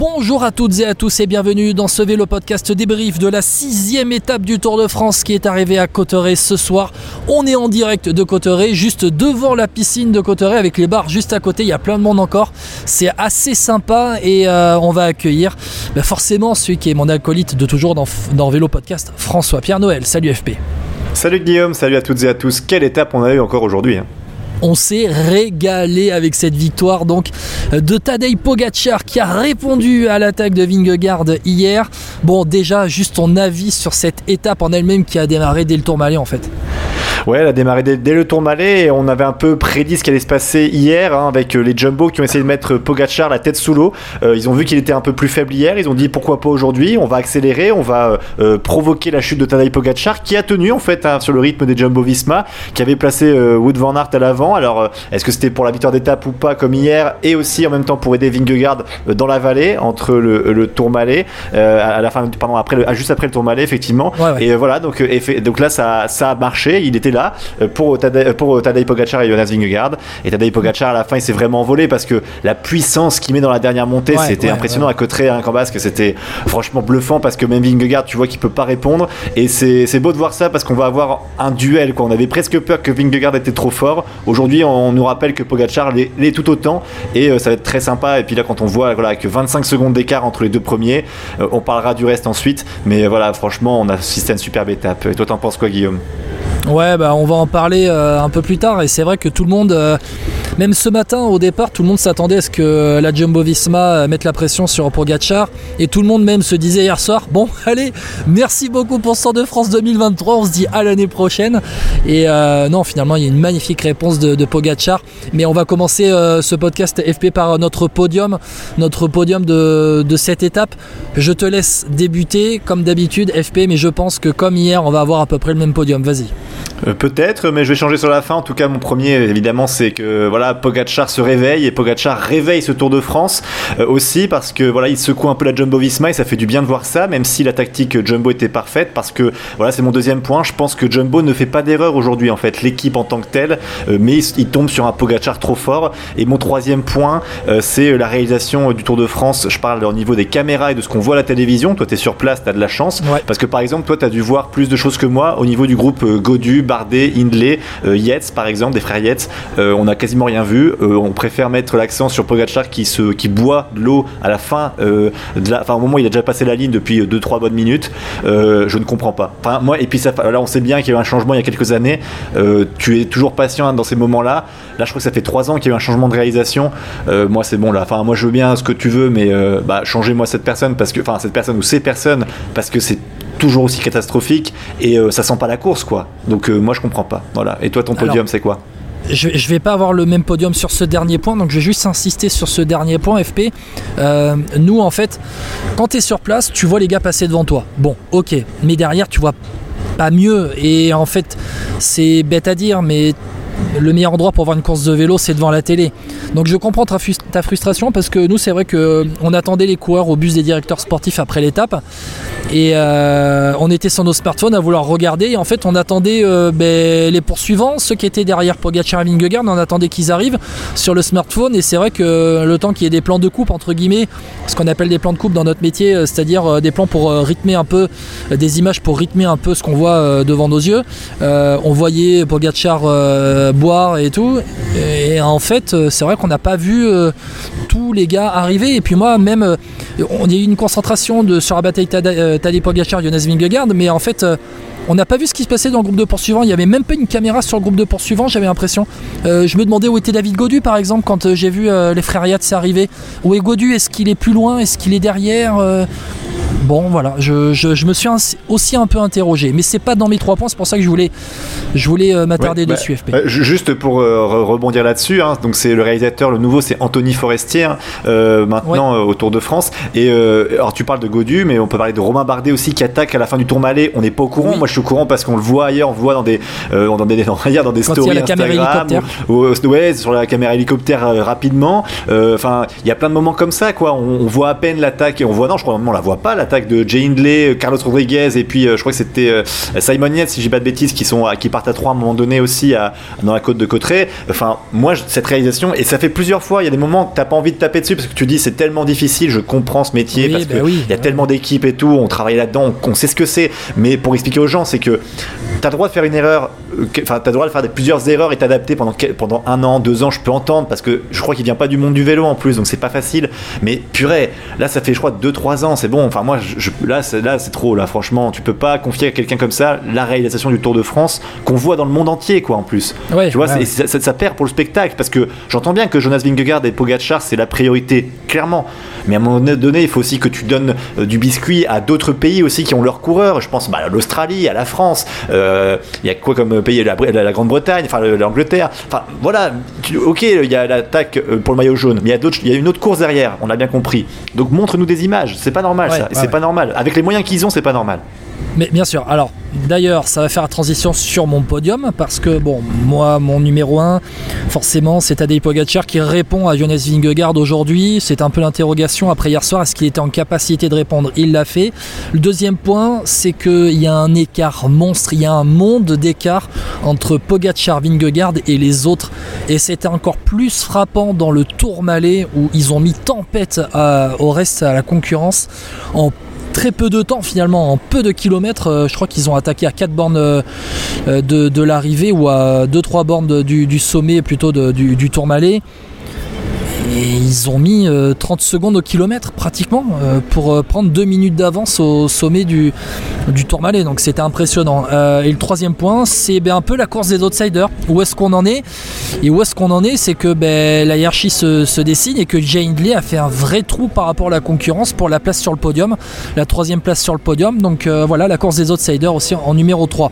Bonjour à toutes et à tous et bienvenue dans ce vélo podcast débrief de la 6e étape du Tour de France qui est arrivée à Cauterets ce soir. On est en direct de Cauterets, juste devant la piscine de Cauterets avec les bars juste à côté, il y a plein de monde encore. C'est assez sympa et on va accueillir forcément celui qui est mon acolyte de toujours dans Vélo Podcast, François-Pierre Noël. Salut FP. Salut Guillaume, salut à toutes et à tous. Quelle étape on a eu encore aujourd'hui On s'est régalé avec cette victoire donc de Tadej Pogačar qui a répondu à l'attaque de Vingegaard hier. Bon, déjà juste ton avis sur cette étape en elle-même qui a démarré dès le Tourmalet en fait. Ouais, elle a démarré dès le Tourmalet et on avait un peu prédit ce qui allait se passer hier avec les Jumbo qui ont essayé de mettre Pogačar la tête sous l'eau. Ils ont vu qu'il était un peu plus faible hier, ils ont dit pourquoi pas aujourd'hui, on va accélérer, on va provoquer la chute de Tadej Pogačar qui a tenu en fait sur le rythme des Jumbo-Visma, qui avait placé Wout van Aert à l'avant. Alors est-ce que c'était pour la victoire d'étape ou pas comme hier, et aussi en même temps pour aider Vingegaard dans la vallée entre le Tourmalet à la fin, juste après le Tourmalet effectivement. Ouais. Et voilà, donc là ça a marché, il était là pour Tadej Pogačar et Jonas Vingegaard, et Tadej Pogačar à la fin il s'est vraiment envolé parce que la puissance qu'il met dans la dernière montée, c'était impressionnant. À Cauterets, à Camp Basque, c'était franchement bluffant parce que même Vingegaard tu vois qu'il peut pas répondre, et c'est beau de voir ça parce qu'on va avoir un duel quoi. On avait presque peur que Vingegaard était trop fort. Aujourd'hui on nous rappelle que Pogačar l'est tout autant, et ça va être très sympa. Et puis là quand on voit que 25 secondes d'écart entre les deux premiers, on parlera du reste ensuite, mais voilà, franchement on a assisté à une superbe étape. Et toi t'en penses quoi Guillaume? Ouais, on va en parler un peu plus tard, et c'est vrai que tout le monde, même ce matin au départ, tout le monde s'attendait à ce que la Jumbo-Visma mette la pression sur Pogačar, et tout le monde même se disait hier soir, bon allez, merci beaucoup pour ce Tour de France 2023, on se dit à l'année prochaine. Et non, finalement il y a une magnifique réponse de Pogačar, mais on va commencer ce podcast FP par notre podium de cette étape. Je te laisse débuter comme d'habitude FP, mais je pense que comme hier on va avoir à peu près le même podium, vas-y. Peut-être, mais je vais changer sur la fin. En tout cas, mon premier, évidemment, c'est que voilà, Pogačar se réveille, et Pogačar réveille ce Tour de France aussi parce que voilà, il secoue un peu la Jumbo-Visma, et ça fait du bien de voir ça, même si la tactique Jumbo était parfaite. Parce que voilà, c'est mon deuxième point. Je pense que Jumbo ne fait pas d'erreur aujourd'hui, en fait, l'équipe en tant que telle, mais il tombe sur un Pogačar trop fort. Et mon troisième point, c'est la réalisation du Tour de France. Je parle au niveau des caméras et de ce qu'on voit à la télévision. Toi, t'es sur place, t'as de la chance, parce que par exemple, toi, t'as dû voir plus de choses que moi au niveau du groupe Gaudu, Bardet, Hindley, Yates par exemple, des frères Yates. On a quasiment rien vu. On préfère mettre l'accent sur Pogačar qui boit de l'eau à la fin, au moment où il a déjà passé la ligne depuis 2-3 bonnes minutes. Je ne comprends pas. Enfin, moi, et puis ça, là on sait bien qu'il y a eu un changement il y a quelques années. Tu es toujours patient dans ces moments-là. Là je crois que ça fait 3 ans qu'il y a eu un changement de réalisation. Moi c'est bon là. Enfin moi je veux bien ce que tu veux, mais changez-moi cette personne ou ces personnes, parce que c'est toujours aussi catastrophique, et ça sent pas la course quoi. Donc moi je comprends pas. Voilà. Et toi ton podium c'est quoi? Je vais pas avoir le même podium sur ce dernier point, donc je vais juste insister sur ce dernier point FP. Nous en fait, quand tu es sur place, tu vois les gars passer devant toi. Bon, ok, mais derrière tu vois pas mieux, et en fait c'est bête à dire, mais le meilleur endroit pour voir une course de vélo, c'est devant la télé. Donc je comprends ta frustration, parce que nous c'est vrai qu'on attendait les coureurs au bus des directeurs sportifs après l'étape, et on était sur nos smartphones à vouloir regarder, et en fait on attendait les poursuivants, ceux qui étaient derrière Pogačar et Vingegaard, on attendait qu'ils arrivent sur le smartphone. Et c'est vrai que le temps qu'il y ait des plans de coupe entre guillemets, ce qu'on appelle des plans de coupe dans notre métier, c'est-à-dire des plans pour rythmer un peu, des images pour rythmer un peu ce qu'on voit devant nos yeux, on voyait Pogačar boire et tout, et en fait c'est vrai qu'on n'a pas vu tous les gars arriver. Et puis moi même on y a eu une concentration sur la bataille Tadej Pogačar, Jonas Vingegaard, mais en fait on n'a pas vu ce qui se passait dans le groupe de poursuivants. Il n'y avait même pas une caméra sur le groupe de poursuivants, j'avais l'impression. Je me demandais où était David Gaudu par exemple quand j'ai vu les frères Yates arriver. Où est Gaudu? Est-ce qu'il est plus loin? Est-ce qu'il est derrière? Bon voilà, je me suis aussi un peu interrogé, mais c'est pas dans mes 3 points, c'est pour ça que je voulais m'attarder dessus FP. Juste pour rebondir là-dessus, donc c'est le réalisateur, le nouveau c'est Anthony Forestier maintenant au Tour de France, et alors tu parles de Gaudu, mais on peut parler de Romain Bardet aussi qui attaque à la fin du Tourmalet. On n'est pas au courant, moi je suis au courant parce qu'on le voit ailleurs, on le voit dans des stories Instagram, sur la caméra hélicoptère rapidement. Enfin il y a plein de moments comme ça quoi, on voit à peine l'attaque, et on voit, non je crois on la voit pas l'attaque l'attaque de Jay Hindley, Carlos Rodriguez et puis je crois que c'était Simon Yates, si j'ai pas de bêtises, qui partent à 3 à un moment donné aussi dans la côte de Cauterets. Enfin, moi, cette réalisation, et ça fait plusieurs fois, il y a des moments que t'as pas envie de taper dessus parce que tu dis c'est tellement difficile, je comprends ce métier parce que il y a tellement d'équipes et tout, on travaille là-dedans, on sait ce que c'est, mais pour expliquer aux gens, c'est que t'as le droit de faire une erreur, enfin t'as le droit de faire plusieurs erreurs et t'adapter pendant 1 an, 2 ans, je peux entendre parce que je crois qu'il vient pas du monde du vélo en plus, donc c'est pas facile, mais purée, là ça fait je crois 2-3 ans, c'est bon, enfin moi là c'est trop, là franchement, tu peux pas confier à quelqu'un comme ça la réalisation du Tour de France qu'on voit dans le monde entier quoi en plus. Ouais, tu vois, ça perd pour le spectacle parce que j'entends bien que Jonas Vingegaard et Pogačar c'est la priorité clairement, mais à un moment donné il faut aussi que tu donnes du biscuit à d'autres pays aussi qui ont leurs coureurs, je pense à l'Australie, à la France, il y a quoi comme pays, la Grande-Bretagne, enfin l'Angleterre, enfin voilà, ok il y a l'attaque pour le maillot jaune, mais il y a une autre course derrière, on l'a bien compris, donc montre-nous des images, c'est pas normal pas normal, avec les moyens qu'ils ont c'est pas normal. Mais bien sûr, alors d'ailleurs ça va faire la transition sur mon podium parce que bon, moi mon numéro 1 forcément c'est Tadej Pogačar qui répond à Jonas Vingegaard aujourd'hui. C'est un peu l'interrogation après hier soir, est-ce qu'il était en capacité de répondre? Il l'a fait. Le deuxième point, c'est qu'il y a un écart monstre, il y a un monde d'écart entre Pogačar, Vingegaard et les autres, et c'était encore plus frappant dans le Tourmalet où ils ont mis tempête au reste, à la concurrence, en très peu de temps finalement, en peu de kilomètres. Je crois qu'ils ont attaqué à 4 bornes de l'arrivée ou à 2-3 bornes du sommet plutôt du Tourmalet. Et ils ont mis 30 secondes au kilomètre pratiquement pour prendre 2 minutes d'avance au sommet du Tourmalet, donc c'était impressionnant. Et le troisième point, c'est un peu la course des outsiders. Où est-ce qu'on en est? Et où est-ce qu'on en est, c'est que la hiérarchie se dessine et que Jay Hindley a fait un vrai trou par rapport à la concurrence pour la place sur le podium, la 3e place sur le podium. Donc voilà, la course des outsiders aussi en numéro 3.